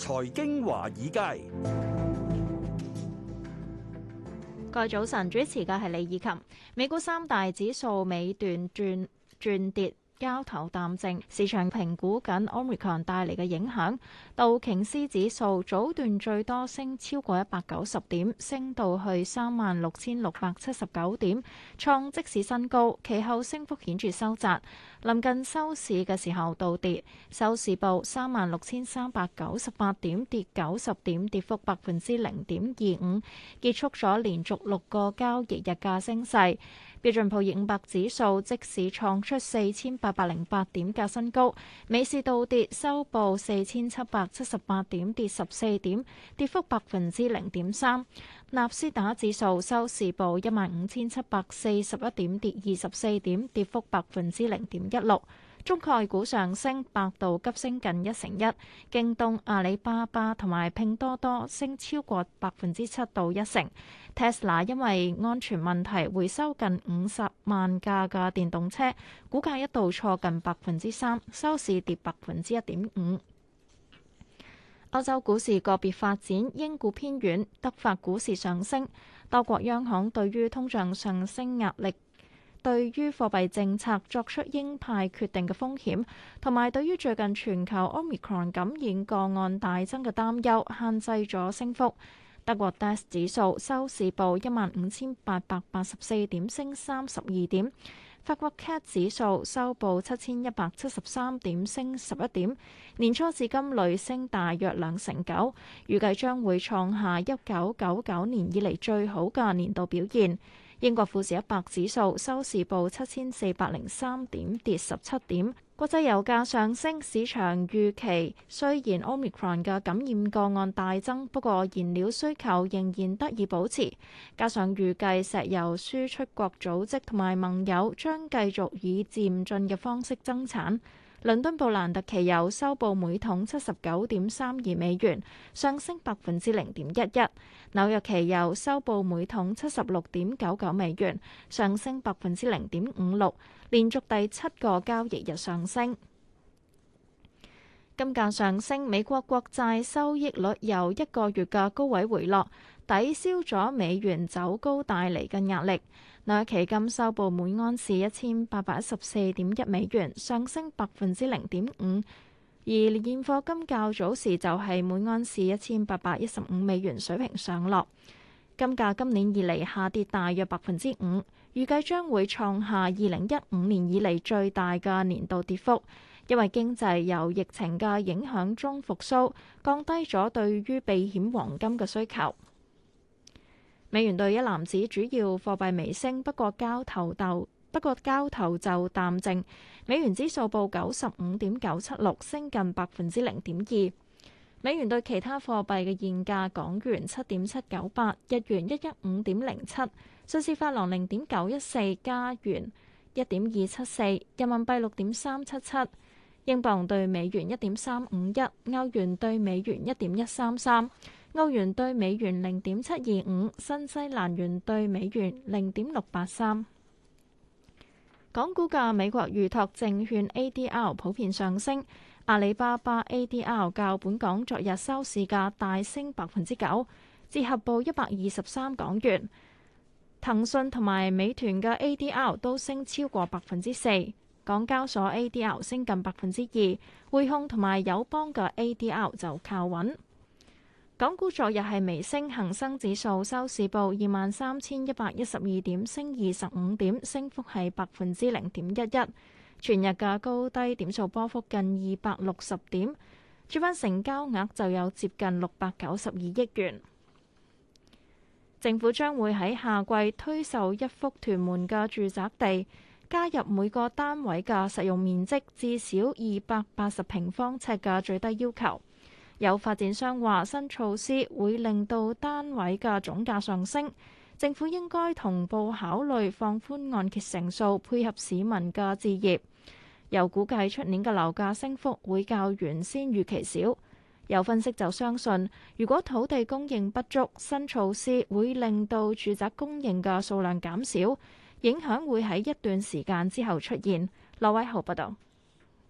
財經華爾街， 各位早晨，主持嘅係李以琴。美股三大指數尾段轉跌，交投淡靜，市場評估緊 Omicron 帶嚟嘅影響。道瓊斯指數早段最多升超過190點，升到去36,679點，創即市新高。其後升幅顯著收窄，臨近收市嘅時候倒跌，收市報36,398點，跌90點，跌幅0.25%，結束咗連續6個交易日嘅升勢。標準普爾500指數即使創出4,808點嘅新高，尾市倒跌，收報4,778點，跌14點，跌幅0.3%。納斯達克指數收市報15,741點，跌24點，跌幅0.16%。中概股上升，百度急升近1成1，京東、阿里巴巴同埋拼多多升超過7%到1成。Tesla 因為安全問題回收近50萬架嘅電動車，股價一度挫近3%，收市跌1.5%。歐洲股市個別發展，英股偏軟，德法股市上升。多國央行對於通脹上升壓力，對於貨幣政策作出鷹派決定嘅風險，同埋對於最近全球 Omicron 感染個案大增嘅擔憂，限制咗升幅。德國 DAX 指數收市報15,884點，升32點。法國 CAC 指數收報7,173點，升11點。年初至今累升大約2.9%，預計將會創下1999年以嚟最好嘅年度表現。英國富時100指數收市報7,403點，跌17點。國際油價上升，市場預期雖然 Omicron 嘅感染個案大增，不過燃料需求仍然得以保持。加上預計石油輸出國組織同埋盟友將繼續以漸進嘅方式增產。倫敦布蘭特期油收報每桶79.32美元，上升0.11%。紐約期油收報每桶76.99美元，上升0.56%，連續第7個交易日上升。金價上升，美國國債收益率由1個月嘅高位回落，抵消咗美元走高帶嚟嘅壓力。紐約期金收報每盎司1,814.1美元，上升0.5%，而現貨金較早時就係每盎司1,815美元水平上落。金價今年以嚟下跌大約5%，預計將會創下2015年以嚟最大嘅年度跌幅，因為經濟由疫情嘅影響中復甦，降低咗對於避險黃金嘅需求。美元對一籃子主要貨幣微升，不過交投就淡靜。美元指數報95.976，升近0.2%。美元對其他貨幣嘅現價：港元7.798，日元115.07，瑞士法郎0.914，加元1.274，人民幣6.377，英鎊對美元1.351，歐元對美元1.133。澳元對美元0.725，新西蘭元對美元0.683。港股嘅美國預託證券 ADR 普遍上升，阿里巴巴 ADR 較本港昨日收市價大升9%，折合報123港元。騰訊同埋美團嘅 ADR 都升超過4%，港交所 ADR 升近2%，匯控同埋友邦嘅 ADR 就靠穩。港股昨日係微升，恒生指數收市報23,112點，升25點，升幅係0.11%。全日嘅高低點數波幅近260點，主板成交額就有接近692億元。政府將會喺夏季推售一幅屯門嘅住宅地，加入每個單位嘅實用面積至少280平方尺嘅最低要求。有發展商話，新措施會令到單位嘅總價上升，政府應該同步考慮放寬按揭成數，配合市民嘅置業。又估計出年嘅樓價升幅會較原先預期少。有分析就相信，如果土地供應不足，新措施會令到住宅供應嘅數量減少，影響會喺一段時間之後出現。羅偉豪報道。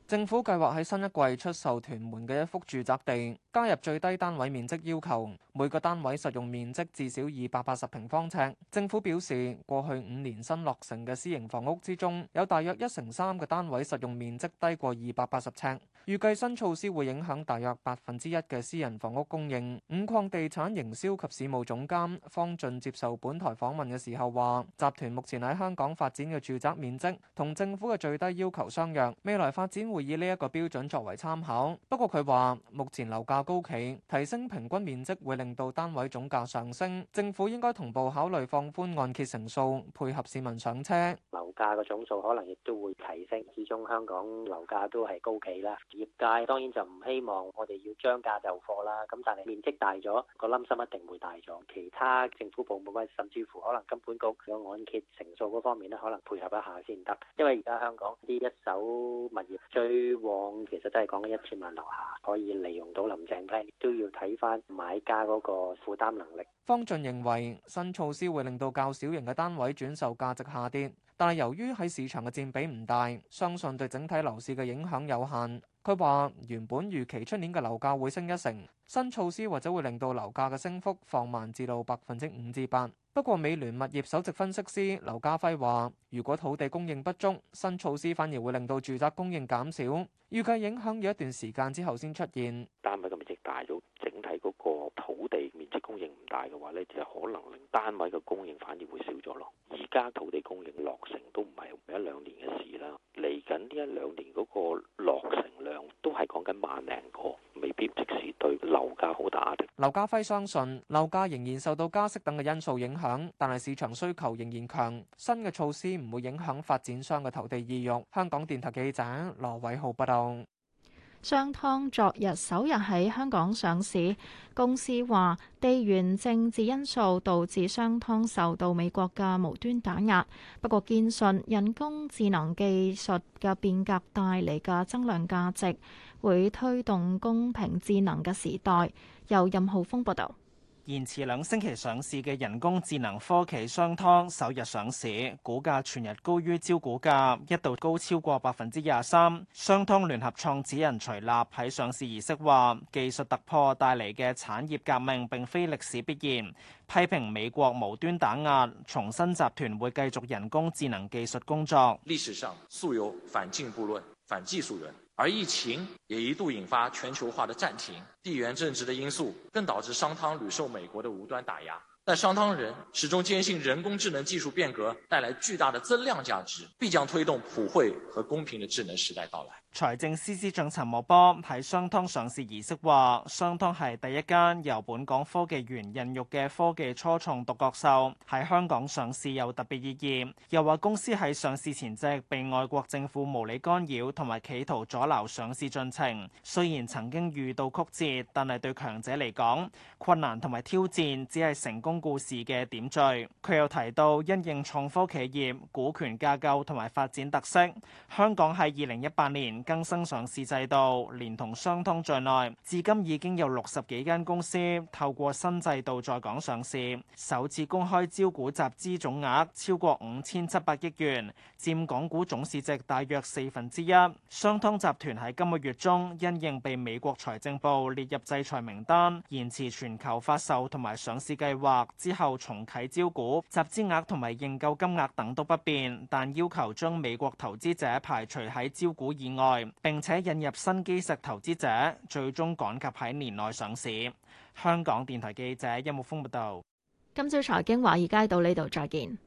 政府計劃喺新一季出售屯門嘅一幅住宅地，加入最低單位面積要求，每個單位實用面積至少280平方尺。政府表示，過去5年新落成嘅私營房屋之中，有大約1/3嘅單位實用面積低過280尺。預計新措施會影響大約1%嘅私人房屋供應。五礦地產營銷及市務總監方俊接受本台訪問嘅時候話，集團目前喺香港發展嘅住宅面積同政府嘅最低要求相若，未來發展會以呢一個標準作為參考。不過佢話，目前樓價高企，提升平均面積會令到單位總價上升，政府應該同步考慮放寬按揭成數，配合市民上車。 樓價嘅總數可能亦都會提升，始終香港樓價都係高企啦。業界當然就唔希望我哋要將價就貨啦，咁但係面積大咗，個冧心一定會大咗。其他政府部門甚至乎可能金管局有按揭成數嗰方面咧，可能配合一下先得。因為而家香港啲一手物業最旺，其實都係講緊1000萬樓下，可以利用到林鄭批，都要睇翻買家嗰個負擔能力。 方俊認為新措施會令到較小型嘅單位轉售價值下跌，但係由於喺市場嘅佔比唔大，相信對整體樓市嘅影響有限。佢話原本預期出年嘅樓價會升1成，新措施或者會令到樓價嘅升幅放慢至到5%至8%。不過美聯物業首席分析師劉家輝話，如果土地供應不足，新措施反而會令到住宅供應減少，預計影響要一段時間之後先出現。 單位嘅面積大咗，整體嗰個土地面積供應唔大嘅話呢，就可能令單位嘅供應反而會少咗咯。而家土地供應落成都唔係1-2年嘅事啦，嚟緊呢1-2年嗰個落成量都係講緊萬零個，未必即時對樓價好大壓力。 劉家輝相信樓價仍然受到加息等嘅因素影響，但係市場需求仍然強，新嘅措施唔會影響發展商嘅投地意欲。香港電台記者羅偉浩報道。 商湯昨日首日喺香港上市，公司話地緣政治因素導致商湯受到美國嘅無端打壓，不過堅信人工智能技術嘅變革帶嚟嘅增量價值，會推動公平智能嘅時代。由任浩峰報道。 延遲2星期上市嘅人工智能科技商湯首日上市，股價全日高於招股價，一度高超過23%。商湯聯合創始人徐立喺上市儀式話：技術突破帶嚟嘅產業革命並非歷史必然，批評美國無端打壓，重申集團會繼續人工智能技術工作。 歷史上素有反進步論、反技術論。而疫情也一度引發全球化的暫停，地緣政治的因素更導致商湯屢受美國的無端打壓。但商湯人始終堅信人工智能技術變革帶來巨大的增量價值，必將推動普惠和公平的智能時代到來。 財政司司長陳茂波喺商湯上市儀式話：商湯係第一間由本港科技園孕育嘅科技初創獨角獸，喺香港上市有特別意義。又話公司喺上市前夕被外國政府無理干擾同埋企圖阻撓上市進程，雖然曾經遇到曲折，但係對強者嚟講，困難同埋挑戰只係成功故事嘅點綴。佢又提到，因應創科企業股權架構同埋發展特色，香港喺2018年更新上市制度，連同商湯在內，至今已經有60幾間公司透過新制度在港上市，首次公開招股集資總額超過5700億元，佔港股總市值大約1/4。商湯集團喺今個月中因應被美國財政部列入制裁名單，延遲全球發售同埋上市計劃，之後重啟招股，集資額同埋認購金額等都不變，但要求將美國投資者排除喺招股以外，並且引入新基石投資者，最終趕及喺年內上市。香港電台記者殷木峰報道。 今朝財經華爾街到呢度再見。